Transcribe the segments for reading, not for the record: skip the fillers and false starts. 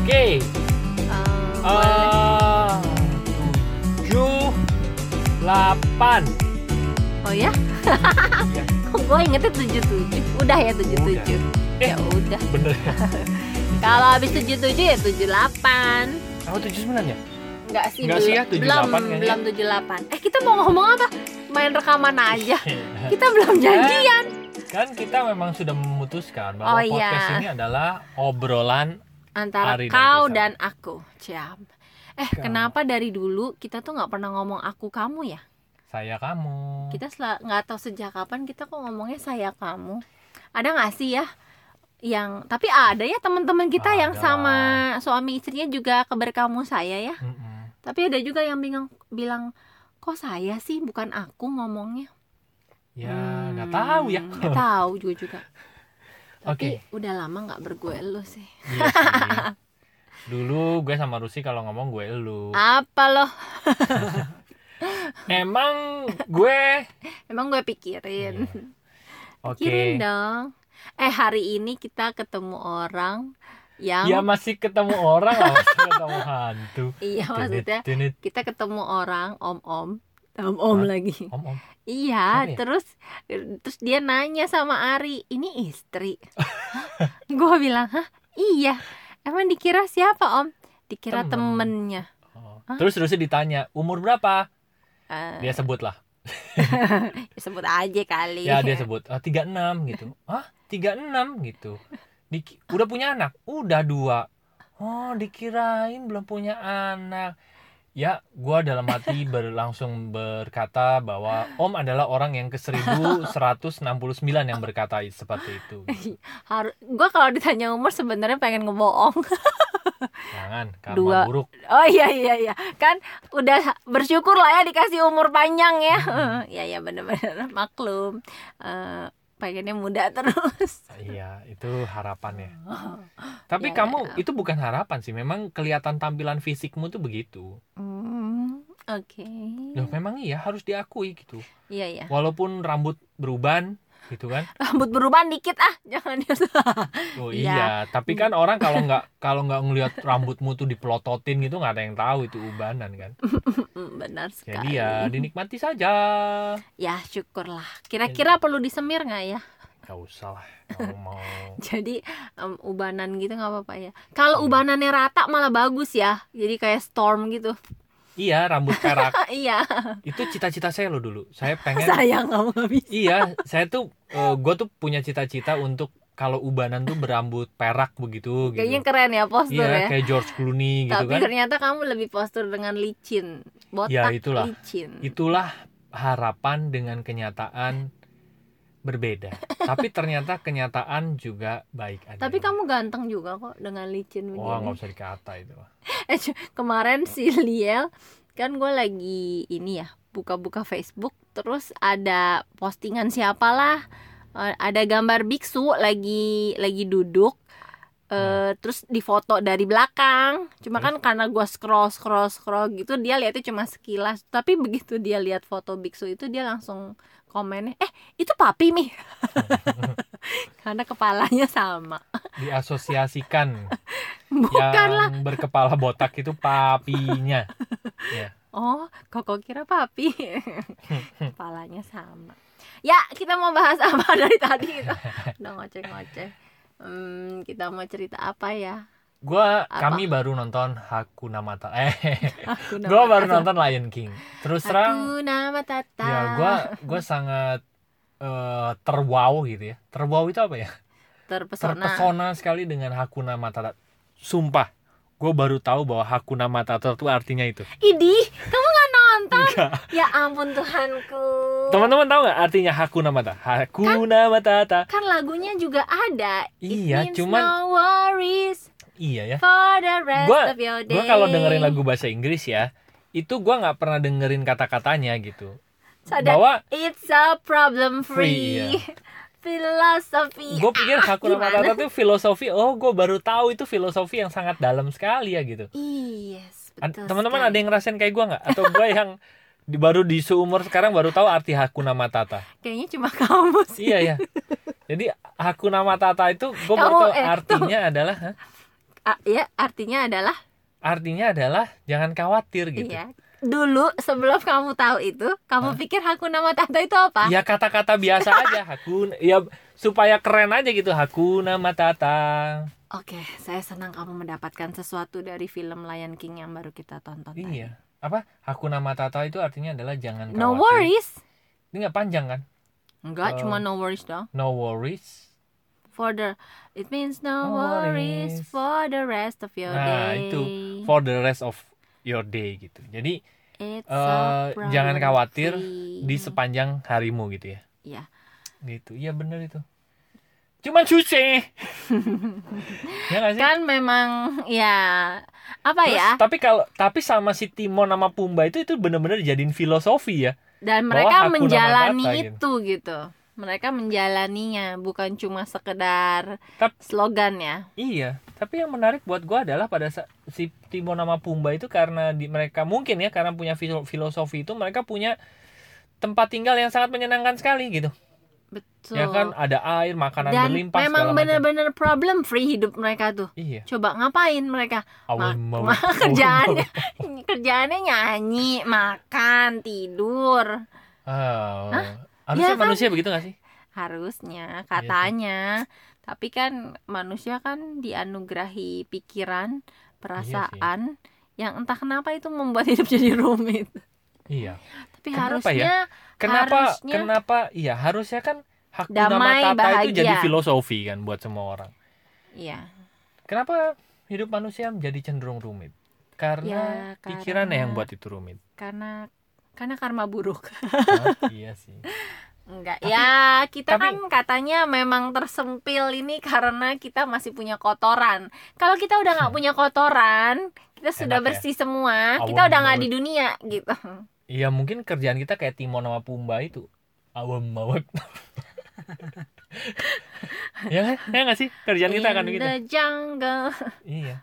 Oke. Boleh. 7, 8. Oh ya? Iya. Gue ingetnya 77. Udah ya 77. Ya udah. Bener. Kalau habis 77 ya 78. Oh 79 ya? Enggak sih, Enggak sih ya, 78 kayaknya. belum 78. Kita mau ngomong apa? Main rekaman aja. Kita belum janjian. Kan kita memang sudah memutuskan bahwa podcast ini adalah obrolan antara Ari dan kau Tisa. dan aku. Ciam. Kenapa dari dulu kita tuh nggak pernah ngomong aku kamu ya? saya kamu. Kita nggak tahu sejak kapan kita kok ngomongnya saya kamu. Ada nggak sih ya? Tapi ada ya teman-teman kita yang Ada sama lah. suami istrinya juga keberkamu saya ya. Mm-mm. Tapi ada juga yang bilang kok saya sih bukan aku ngomongnya. Ya nggak tahu ya. Nggak tahu juga. Tapi Oke. udah lama nggak bergue elu sih. Iya sih. Dulu gue sama Rusi kalau ngomong gue elu. Apa loh? Emang gue. Emang gue pikirin. Iya. Oke. Pikirin dong. Hari ini kita ketemu orang yang Ya masih ketemu orang, masih ketemu hantu. iya maksudnya Tinit. kita ketemu orang om Hah? lagi. Om. Iya, Siapa ya? terus dia nanya sama Ari, ini istri. Gue bilang, hah? Iya. Emang dikira siapa om? Dikira Temen. temennya. Oh. Hah? Terus Rusi ditanya umur berapa? Eh, Dia sebut lah. sebut aja kali. Ya dia sebut 36 gitu. Hah? 36 gitu. Udah punya anak? Udah 2. Oh dikirain belum punya anak. Ya gue dalam hati langsung berkata bahwa Om adalah orang yang ke-1169 yang berkata seperti itu. Gue kalau ditanya umur sebenarnya pengen ngebohong. Jangan, karma 2. buruk. Oh iya kan udah bersyukur lah ya dikasih umur panjang ya. Iya benar-benar maklum. Pengennya muda terus. Iya, itu harapannya. Tapi Ya, kamu itu bukan harapan sih, memang kelihatan tampilan fisikmu tuh begitu. Oke. Loh, memang iya harus diakui gitu. Iya. Walaupun rambut beruban gitu kan. Rambut berubah dikit jangan ya. Oh Iya. iya, tapi kan orang kalau nggak ngelihat rambutmu tuh dipelototin gitu nggak ada yang tahu itu ubanan kan. Benar sekali. Jadi ya dinikmati saja. Ya syukurlah. Kira-kira perlu disemir nggak ya? Gak usah lah kalau mau. Jadi ubanan gitu nggak apa-apa ya. Kalau ubanannya rata malah bagus ya. Jadi kayak storm gitu. Iya, rambut perak. Iya. Itu cita-cita saya loh dulu. Saya pengen. Sayang kamu nggak bisa. Iya, saya tuh gue tuh punya cita-cita untuk kalau ubanan tuh berambut perak begitu. Kayaknya gitu. keren ya postur Iya, ya. kayak George Clooney gitu Tapi kan. ternyata kamu lebih postur dengan licin. Botak Ya, itulah. licin. Itulah harapan dengan kenyataan berbeda. Tapi ternyata kenyataan juga baik aja. Tapi kamu ganteng juga kok dengan licin begini. Wah, nggak usah dikata itu. Kemarin si Liel kan gue lagi ini ya buka-buka Facebook, terus ada postingan siapalah, ada gambar biksu lagi duduk, terus difoto dari belakang. Cuma kan karena gue scroll gitu, dia lihatnya cuma sekilas. Tapi begitu dia lihat foto biksu itu, dia langsung komennya, itu papi mi. Karena kepalanya sama. Diasosiasikan. Bukan lah. Yang berkepala botak itu papinya. Ya. Oh, kok kira papi. Kepalanya sama. Ya, kita mau bahas apa dari tadi? Udah ngoceh-ngoceh. Kita mau cerita apa ya? Kami baru nonton Hakuna Matata. Hakuna Gue baru Matata. nonton Lion King. Terus terang, Hakuna Matata. ya gue sangat terwow gitu ya. Terwow itu apa ya? Terpesona sekali dengan Hakuna Matata. Sumpah, gue baru tahu bahwa Hakuna Matata itu artinya itu. Idih, kamu gak nonton? Enggak. Ya ampun Tuhanku. Teman-teman tahu nggak artinya Hakuna Matata? Hakuna Matata. Kan lagunya juga ada. Iya, It means cuman- no worries Iya ya. for the rest of your day. Gue kalau dengerin lagu bahasa Inggris ya, itu gue nggak pernah dengerin kata-katanya gitu. Bahwa it's a problem Free, free, philosophy. gue pikir Hakuna Gimana? Matata itu filosofi. Oh, gue baru tahu itu filosofi yang sangat dalam sekali ya gitu. Yes, betul Teman-teman sekali. ada yang ngerasain kayak gue nggak? Atau gue yang baru di seumur sekarang baru tahu arti Hakuna Matata? Kayaknya cuma kamu sih. Iya ya. Jadi Hakuna Matata itu gue baru Kamu, tahu artinya adalah. Ya, artinya adalah jangan khawatir gitu. iya. Dulu sebelum kamu tahu itu, kamu pikir Hakuna Matata itu apa? Ya kata-kata biasa aja, ya supaya keren aja gitu, Hakuna Matata. Oke, saya senang kamu mendapatkan sesuatu dari film Lion King yang baru kita tonton tadi. Iya. Apa? Hakuna Matata itu artinya adalah jangan khawatir. No worries. Ini nggak panjang kan? Enggak, cuma no worries dong. No worries. It means no worries for the rest of your day. Nah, itu for the rest of your day gitu. Jadi It's so jangan khawatir free. di sepanjang harimu gitu ya. Iya. Gitu. Iya bener itu. Cuman susah. Ya nggak sih? Kan memang ya apa Terus, ya? Tapi sama si Timon sama Pumba itu bener-bener jadiin filosofi ya. Dan bahwa mereka Hakuna menjalani Matata, itu gitu. Mereka menjalaninya, bukan cuma sekedar slogan ya. Iya, tapi yang menarik buat gue adalah pada si Timon sama Pumba itu karena mereka mungkin ya karena punya filosofi itu, mereka punya tempat tinggal yang sangat menyenangkan sekali gitu. Betul. Ya kan, ada air, makanan dan berlimpah segala memang macam. benar-benar problem free hidup mereka tuh. Iya. Coba ngapain mereka? Kerjaannya nyanyi, makan, tidur. Harusnya Ya kan? manusia begitu gak sih? Harusnya, katanya. Tapi kan manusia kan dianugerahi pikiran, perasaan yang entah kenapa itu membuat hidup jadi rumit. Iya. Tapi Kenapa harusnya harusnya kan Hakuna damai, Matata bahagia. itu jadi filosofi kan buat semua orang. Iya. Kenapa hidup manusia menjadi cenderung rumit? Karena pikirannya yang buat itu rumit. Karena karma buruk. Iya sih. Enggak. Kita kan katanya memang tersempil ini karena kita masih punya kotoran. Kalau kita udah nggak punya kotoran, kita sudah bersih semua, kita udah nggak di dunia gitu. Iya, mungkin kerjaan kita kayak Timon sama Pumba itu. Awam banget. Ya nggak sih, kerjaan kita kan begitu. In the jungle. Iya.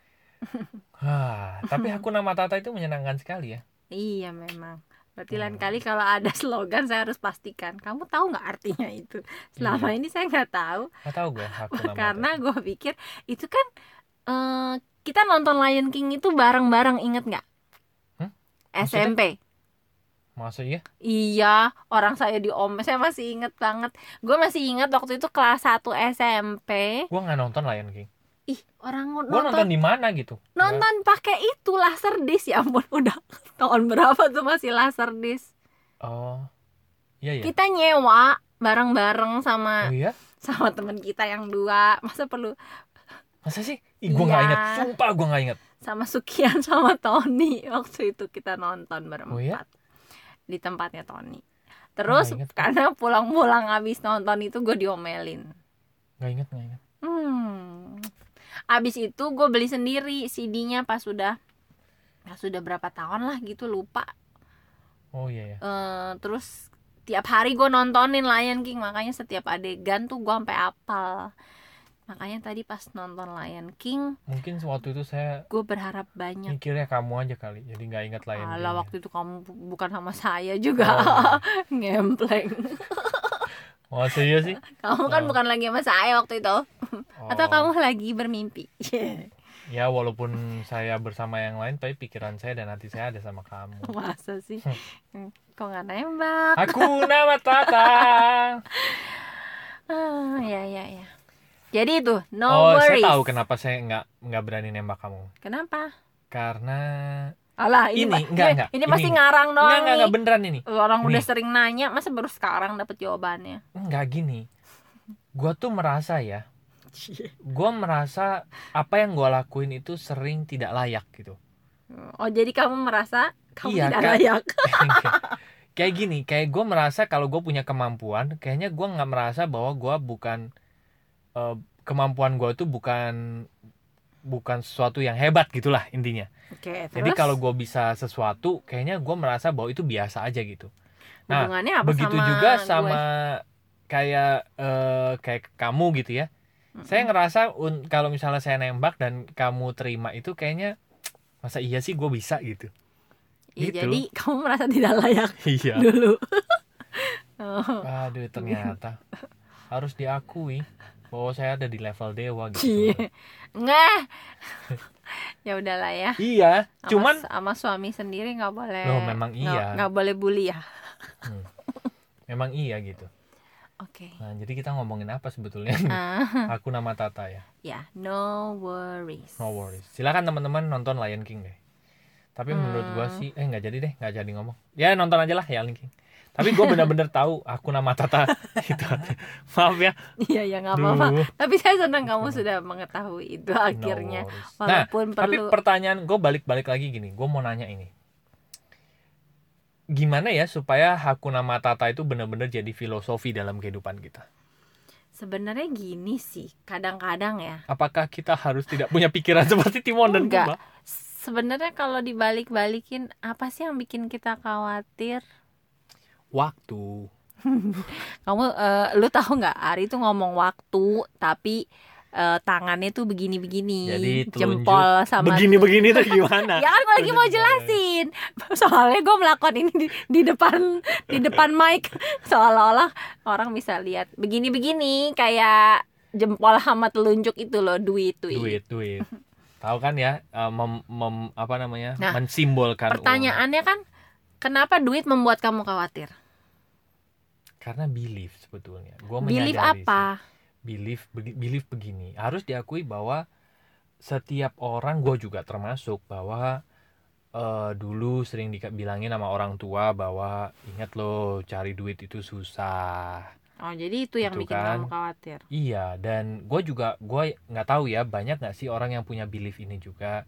Tapi Hakuna Matata itu menyenangkan sekali ya. Iya memang. Berarti lain kali kalau ada slogan saya harus pastikan. Kamu tahu nggak artinya itu? Selama ini saya nggak tahu. Nggak tahu gue Hakuna Matata. Karena gue pikir itu kan kita nonton Lion King itu bareng-bareng, inget nggak? SMP. Masa iya? Iya, orang saya saya masih inget banget. Gue masih inget waktu itu kelas 1 SMP. Gue nggak nonton Lion King. Ih, orang gue nonton di mana gitu? Nonton pakai itu Laserdisc, ya ampun, udah tahun berapa tuh masih Laserdisc. Oh, iya. Kita nyewa bareng-bareng sama sama teman kita yang 2. Masa sih? Gue nggak inget. Sumpah gue nggak inget. Sama Sukian sama Tony waktu itu kita nonton berempat di tempatnya Tony. Terus karena pulang-pulang habis nonton itu gue diomelin. Nggak inget. Abis itu gue beli sendiri CD-nya pas sudah berapa tahun lah gitu, lupa. Oh iya. Terus tiap hari gue nontonin Lion King, makanya setiap adegan tuh gue sampai hafal. Makanya tadi pas nonton Lion King, mungkin waktu itu gue berharap banyak. Mikirnya kamu aja kali, jadi nggak ingat Lion King. Alah, waktu itu kamu bukan sama saya juga. Ngempleng. Oh iya sih? Kamu kan bukan lagi sama saya waktu itu. Atau kamu lagi bermimpi. Ya walaupun saya bersama yang lain, tapi pikiran saya dan hati saya ada sama kamu. Masa sih? Kok gak nembak? Hakuna Matata. Ya. Jadi itu, no worries. Saya tahu kenapa saya nggak berani nembak kamu. Kenapa? Karena alah, enggak. Ini pasti ngarang doang. Enggak beneran ini. Orang udah sering nanya, masa baru sekarang dapet jawabannya? Enggak gini. Gua tuh merasa apa yang gua lakuin itu sering tidak layak gitu. Oh, jadi kamu merasa kamu tidak layak? Kayak gini, kayak gue merasa kalau gue punya kemampuan, kayaknya gue nggak merasa bahwa gue bukan kemampuan gue tuh bukan sesuatu yang hebat gitulah intinya. Oke, jadi kalau gue bisa sesuatu, kayaknya gue merasa bahwa itu biasa aja gitu. Nah, begitu sama juga sama kayak kamu gitu ya. Saya ngerasa kalau misalnya saya nembak dan kamu terima itu kayaknya masa iya sih gue bisa gitu. Ya, gitu. Jadi kamu merasa tidak layak dulu. Aduh, ternyata harus diakui. bahwa saya ada di level dewa gitu. Cie. Nggak. Ya udahlah ya. Iya, cuman sama suami sendiri nggak boleh. Loh, memang iya. Nggak boleh bully ya. Memang iya gitu. Oke. Nah, jadi kita ngomongin apa sebetulnya? Hakuna Matata ya. Ya, no worries. No worries. Silakan teman-teman nonton Lion King deh. Tapi menurut gua sih nggak jadi ngomong. Ya nonton aja lah ya Lion King. Tapi gue benar-benar tahu Hakuna Matata itu. Maaf ya. Iya ya nggak apa-apa. Tapi saya senang kamu sudah mengetahui itu akhirnya. Walaupun perlu. Tapi pertanyaan gue balik lagi gini. Gue mau nanya ini. Gimana ya supaya Hakuna Matata itu benar-benar jadi filosofi dalam kehidupan kita? Sebenarnya gini sih. Kadang-kadang ya. Apakah kita harus tidak punya pikiran seperti Timon dan Pumba? Sebenarnya kalau dibalik-balikin, apa sih yang bikin kita khawatir? Waktu. Kamu lu tahu nggak, Ari tuh ngomong waktu tapi tangannya tuh begini-begini. Jadi jempol sama begini-begini tuh gimana? Ya kan gue lagi mau jelasin. Soalnya gue melakukan ini di depan mic, seolah-olah orang bisa lihat begini-begini kayak jempol sama telunjuk itu loh, duit. Tahu kan ya, mensimbolkan pertanyaannya uang. Kan kenapa duit membuat kamu khawatir? Karena belief sebetulnya. Gua belief apa? Belief begini. Harus diakui bahwa setiap orang, gue juga termasuk, bahwa dulu sering dibilangin sama orang tua bahwa ingat loh, cari duit itu susah. Oh, jadi itu yang bikin kamu khawatir. Iya, dan gue nggak tahu ya, banyak nggak sih orang yang punya belief ini juga.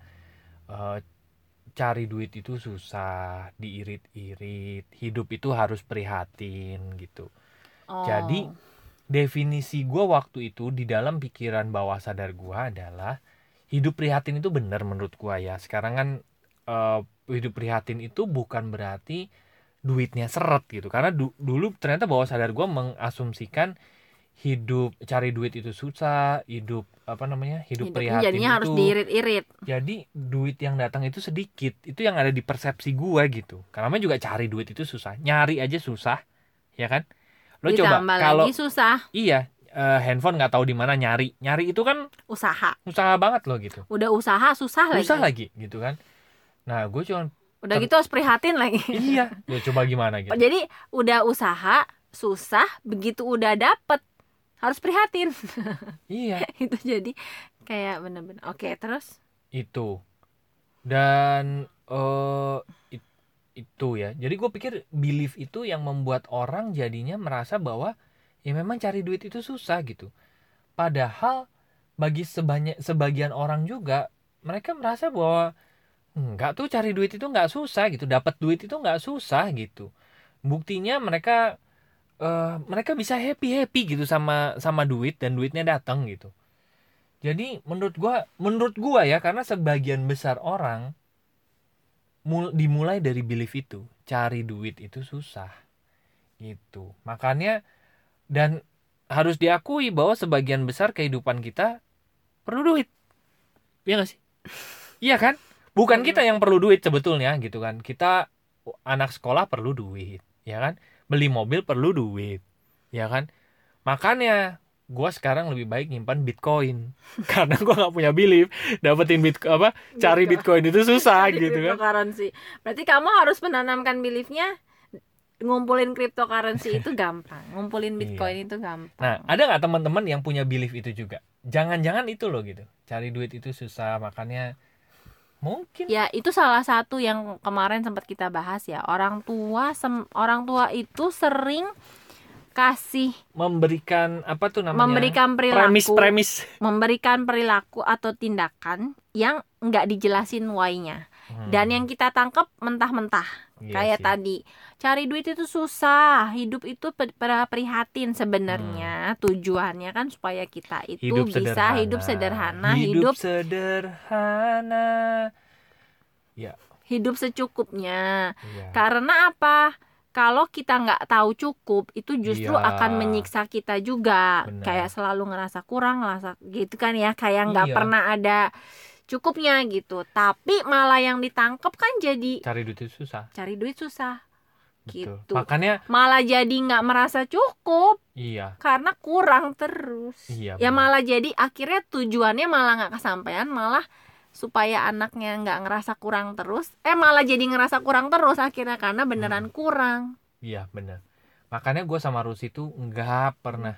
Cari duit itu susah, diirit-irit, hidup itu harus prihatin gitu. Jadi definisi gue waktu itu di dalam pikiran bawah sadar gue adalah hidup prihatin itu benar menurut gue ya. Sekarang kan hidup prihatin itu bukan berarti duitnya seret gitu. Karena dulu ternyata bawah sadar gue mengasumsikan hidup cari duit itu susah, hidup prihatin jadinya itu harus diirit-irit. Jadi duit yang datang itu sedikit, itu yang ada di persepsi gua gitu. Karena juga cari duit itu susah, nyari aja susah, ya kan? Lo ditambah coba kalau susah. Iya, handphone nggak tahu di mana nyari itu kan usaha banget lo gitu. Udah usaha susah lagi gitu kan. Nah, gue cuma udah gitu harus prihatin lagi. Iya, ya coba gimana gitu. Jadi udah usaha susah, begitu udah dapet harus prihatin. Iya. Itu jadi kayak bener-bener. Oke, terus? Itu. Dan itu ya. Jadi gue pikir belief itu yang membuat orang jadinya merasa bahwa ya memang cari duit itu susah gitu. Padahal bagi sebagian orang juga mereka merasa bahwa enggak tuh, cari duit itu enggak susah gitu. Dapat duit itu enggak susah gitu. Buktinya mereka bisa happy gitu sama duit dan duitnya datang gitu. Jadi menurut gua ya, karena sebagian besar orang dimulai dari belief itu, cari duit itu susah gitu. Makanya, dan harus diakui bahwa sebagian besar kehidupan kita perlu duit. Iya gak sih? Iya kan? Bukan kita yang perlu duit sebetulnya gitu kan. Kita anak sekolah perlu duit, ya kan? Beli mobil perlu duit, ya kan? Makanya gue sekarang lebih baik nyimpan Bitcoin karena gue nggak punya belief dapetin cari Bitcoin itu susah gitu kan. Cryptocurrency. Berarti kamu harus menanamkan beliefnya. Ngumpulin cryptocurrency itu gampang, ngumpulin Bitcoin itu gampang. Nah, ada nggak teman-teman yang punya belief itu juga? Jangan-jangan itu loh gitu, cari duit itu susah, makanya mungkin ya itu salah satu yang kemarin sempat kita bahas ya. Orang tua itu sering kasih memberikan premis memberikan perilaku atau tindakan yang nggak dijelasin why-nya. Dan yang kita tangkap mentah-mentah. Kayak tadi, cari duit itu susah, hidup itu prihatin. Sebenarnya tujuannya kan supaya kita itu bisa hidup sederhana, ya, hidup secukupnya. Karena apa? Kalau kita nggak tahu cukup, itu justru akan menyiksa kita juga. Benar. Kayak selalu ngerasa kurang, gitu kan ya, kayak nggak pernah ada cukupnya gitu. Tapi malah yang ditangkap kan jadi cari duit susah. betul. Gitu. Makanya Malah jadi nggak merasa cukup iya, karena kurang terus. iya. Ya benar. malah jadi akhirnya tujuannya malah nggak kesampaian, malah supaya anaknya nggak ngerasa kurang terus, malah jadi ngerasa kurang terus akhirnya karena beneran kurang. Iya, benar. Makanya gue sama Rusi tuh nggak pernah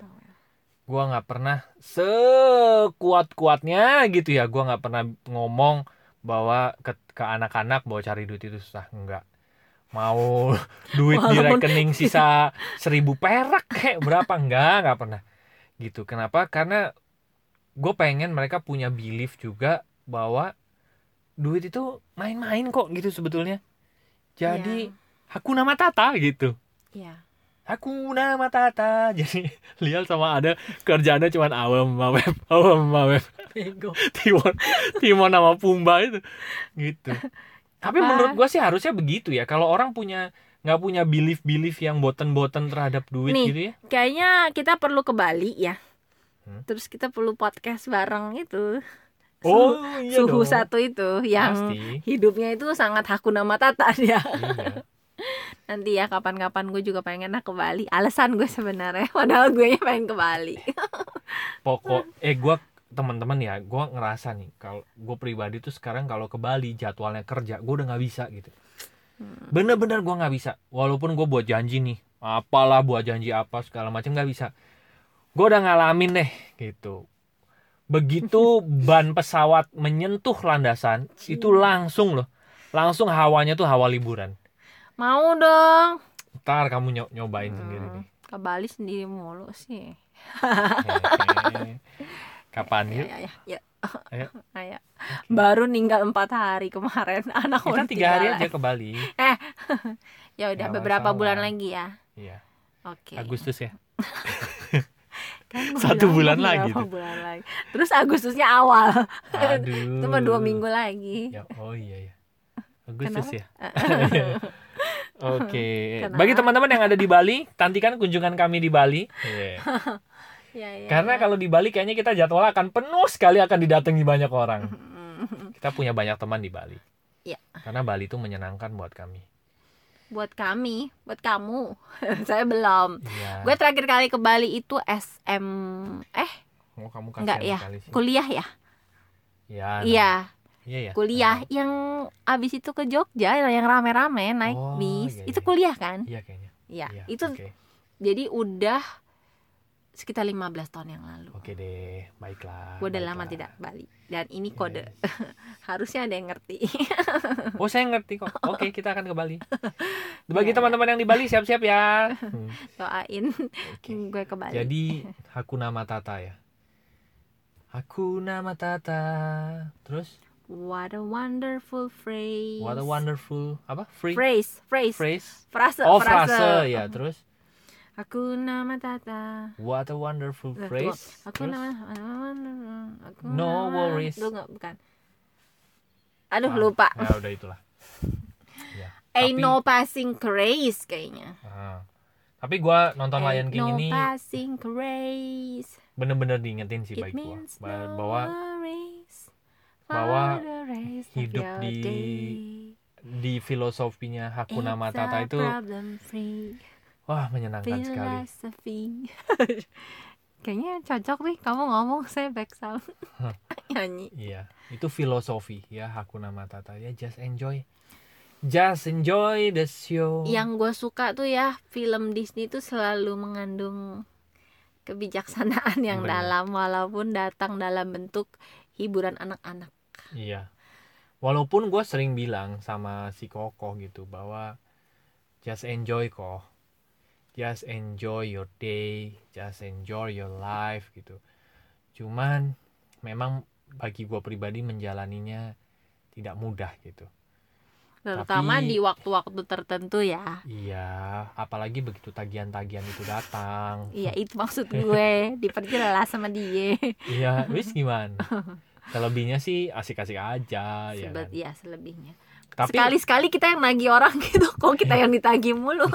sekuat-kuatnya gitu ya. Gue nggak pernah ngomong bahwa ke anak-anak bahwa cari duit itu susah. Enggak. Mau duit di Walaupun- rekening sisa 1.000 perak kayak berapa? Nggak pernah. Gitu. Kenapa? Karena gue pengen mereka punya belief juga bahwa duit itu main-main kok gitu sebetulnya. Jadi Hakuna Matata gitu. Iya. Hakuna Matata. Jadi Lial sama ada kerjaannya cuman awam mawep. Bego. Timon sama Pumba itu gitu. Tapi Apa? menurut gua sih harusnya begitu ya. Kalau orang nggak punya belief yang boten terhadap duit Nih, gitu ya. Kayaknya kita perlu ke Bali ya. Hmm? Terus kita perlu podcast bareng itu. Oh iya Suhu dong. satu itu yang Pasti. hidupnya itu sangat Hakuna Matata dia. Iya. Nanti ya kapan-kapan gue juga pengen ke Bali. Alasan gue sebenarnya, padahal gue pengen ke Bali. Gua teman-teman ya, gua ngerasa nih kalau gue pribadi tuh sekarang kalau ke Bali jadwalnya kerja, gue udah nggak bisa gitu. Bener-bener gue nggak bisa. Walaupun gue buat janji nih, apalah buat janji apa segala macam nggak bisa. Gue udah ngalamin deh gitu. Begitu ban pesawat menyentuh landasan, itu langsung hawanya tuh hawa liburan. Mau dong. Ntar kamu nyobain sendiri nih. Ke Bali sendiri mulu sih. Hehehe. Kapan yuk? Ya. Ayo. Ayo. Baru ninggal 4 hari kemarin. Anak Kita udah 3 hari tinggal. aja ke Bali. Ya udah Nggak beberapa masalah. bulan lagi ya. Iya. Oke. Agustus ya. Kan 1 bulan lagi beberapa tuh. bulan lagi. Terus Agustusnya awal. Aduh. Cuma 2 minggu lagi. Ya, oh iya ya. Agustus Kenapa? ya. Oke. Kenapa? Bagi teman-teman yang ada di Bali, nantikan kunjungan kami di Bali. Iya. Ya. Karena kalau di Bali kayaknya kita jadwal akan penuh sekali, akan didatangi banyak orang. Kita punya banyak teman di Bali. Iya. Karena Bali itu menyenangkan buat kami. Buat kami, buat kamu. Saya belum. Iya. Gue terakhir kali ke Bali itu Oh, kamu enggak kasihan ya, sekali sih. kuliah ya. Iya. Iya, Iya. kuliah yang abis itu ke Jogja yang rame-rame naik Oh, bis. iya, Itu iya. kuliah kan? Iya kayaknya. Iya, Iya, itu Oke. jadi udah sekitar 15 tahun yang lalu. Oke deh, baiklah. Gue udah lama baiklah. tidak ke Bali. Dan ini kode. Yes. Harusnya ada yang ngerti. Oh, saya ngerti kok. Oke, kita akan ke Bali. Bagi Iya, teman-teman yang di Bali siap-siap ya. Doain Oke. gue ke Bali. Jadi Hakuna Matata ya. Hakuna Matata. Terus What a wonderful phrase. what a wonderful apa? Phrase. Phrase. Frase. Oh, frase ya. Terus Hakuna Matata. what a wonderful Nah, phrase. Hakuna Terus no worries. Lu nggak, bukan. Aduh, Ah, lupa. Ya udah itulah. Ya. Ain't Tapi- no passing craze kayaknya. Tapi gua nonton Ain't Lion King no ini passing craze. bener-bener diingetin sih It baik gua means no bahwa worries bahwa for the rest of hidup your di- day. di filosofinya Hakuna It's Matata a itu problem free wah menyenangkan sekali. philosophy. Kayaknya cocok nih kamu ngomong, saya back sound nyanyi. Iya, itu filosofi ya Hakuna Matata ya, just enjoy the show. Yang gue suka tuh ya, film Disney tuh selalu mengandung kebijaksanaan yang Benar. dalam, walaupun datang dalam bentuk hiburan anak-anak. Iya. Walaupun gue sering bilang sama si Koko gitu bahwa just enjoy kok. Just enjoy your day, just enjoy your life gitu. Cuman memang bagi gue pribadi menjalaninya tidak mudah gitu. Terutama Tapi- di waktu-waktu tertentu ya. Iya, apalagi begitu tagihan-tagihan itu datang. Iya, itu maksud gue. Diperjelas sama dia. Iya, wis gimana? Selebihnya sih asik-asik aja ya kan. Iya, selebihnya. Tapi Sekali-sekali kita yang nagih orang gitu. Kok kita yang ditagih mulu?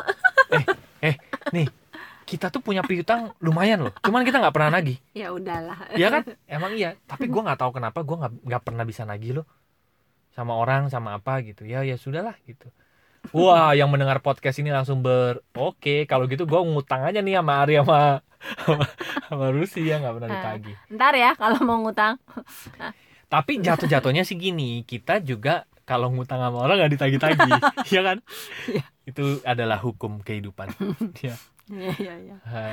nih, kita tuh punya piutang lumayan loh. Cuman kita nggak pernah nagih. Ya udahlah. Iya kan? Emang iya. Tapi gue nggak tahu kenapa gue nggak pernah bisa nagih loh sama orang sama apa gitu. Ya sudahlah gitu. Wah, yang mendengar podcast ini langsung oke, kalau gitu gue ngutang aja nih sama Ari sama Rusia, nggak pernah ditagih. Ntar ya kalau mau ngutang. Tapi jatuh-jatuhnya sih gini, kita juga kalau ngutang sama orang nggak ditagih-tagih, ya kan? Iya. Itu adalah hukum kehidupan. Ya. Iya.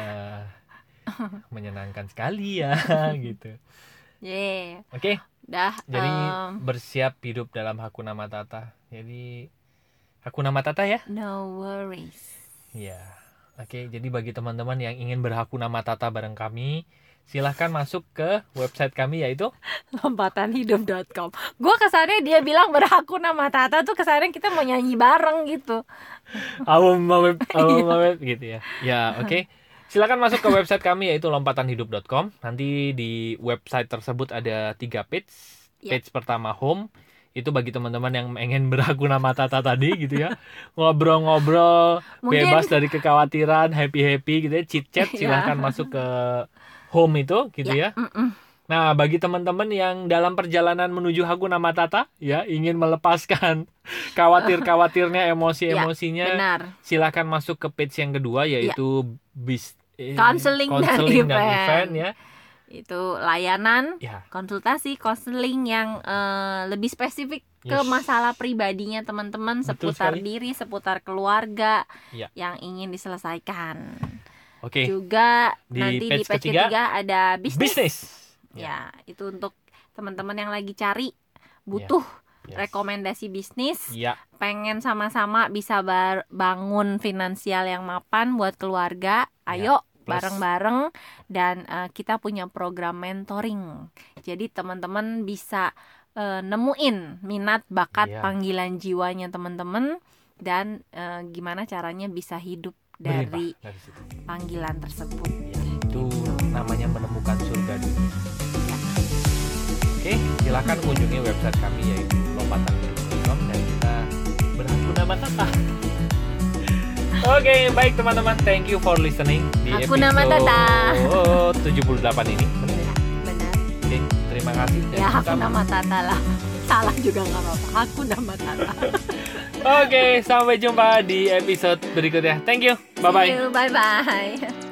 Menyenangkan sekali ya, gitu. Yeah. Oke. Dah. Jadi bersiap hidup dalam Hakuna Matata. Jadi Hakuna Matata ya? No worries. Iya. Oke, jadi bagi teman-teman yang ingin berhakuna matata bareng kami, silahkan masuk ke website kami yaitu lompatanhidup.com. Gue kesannya dia bilang berhakuna matata tuh kesannya kita mau nyanyi bareng gitu. awam maweb gitu ya. Ya, oke. Silakan masuk ke website kami yaitu lompatanhidup.com. Nanti di website tersebut ada 3 page. Page pertama home. Itu bagi teman-teman yang ingin berhakuna matata tadi gitu ya. Ngobrol-ngobrol, bebas dari kekhawatiran, happy-happy gitu ya, chit-chat, silahkan masuk ke home itu gitu ya. Nah, bagi teman-teman yang dalam perjalanan menuju Hakuna Matata ya, ingin melepaskan khawatir-khawatirnya, emosi-emosinya, silahkan masuk ke page yang kedua yaitu counseling dan event ya. Itu layanan konsultasi konseling yang lebih spesifik ke masalah pribadinya teman-teman, seputar diri, seputar keluarga yang ingin diselesaikan. Oke. Juga nanti di page ketiga ada bisnis. Ya, itu untuk teman-teman yang lagi cari butuh rekomendasi bisnis, pengen sama-sama bisa bangun finansial yang mapan buat keluarga. Ayo bareng-bareng, dan kita punya program mentoring. Jadi teman-teman bisa nemuin minat, bakat, panggilan jiwanya teman-teman, dan gimana caranya bisa hidup dari panggilan tersebut. Ya, itu namanya menemukan surga dunia. Oke, silakan kunjungi website kami yaitu lompatanhidup.com dan kita berhakuna matata. Oke, baik teman-teman, thank you for listening di Hakuna Matata 78 ini. Benar. Oke, terima kasih. Ya, Hakuna Matata lah. Salah juga nggak apa-apa. Hakuna Matata. Oke, sampai jumpa di episode berikutnya. Thank you. Bye-bye. Bye-bye.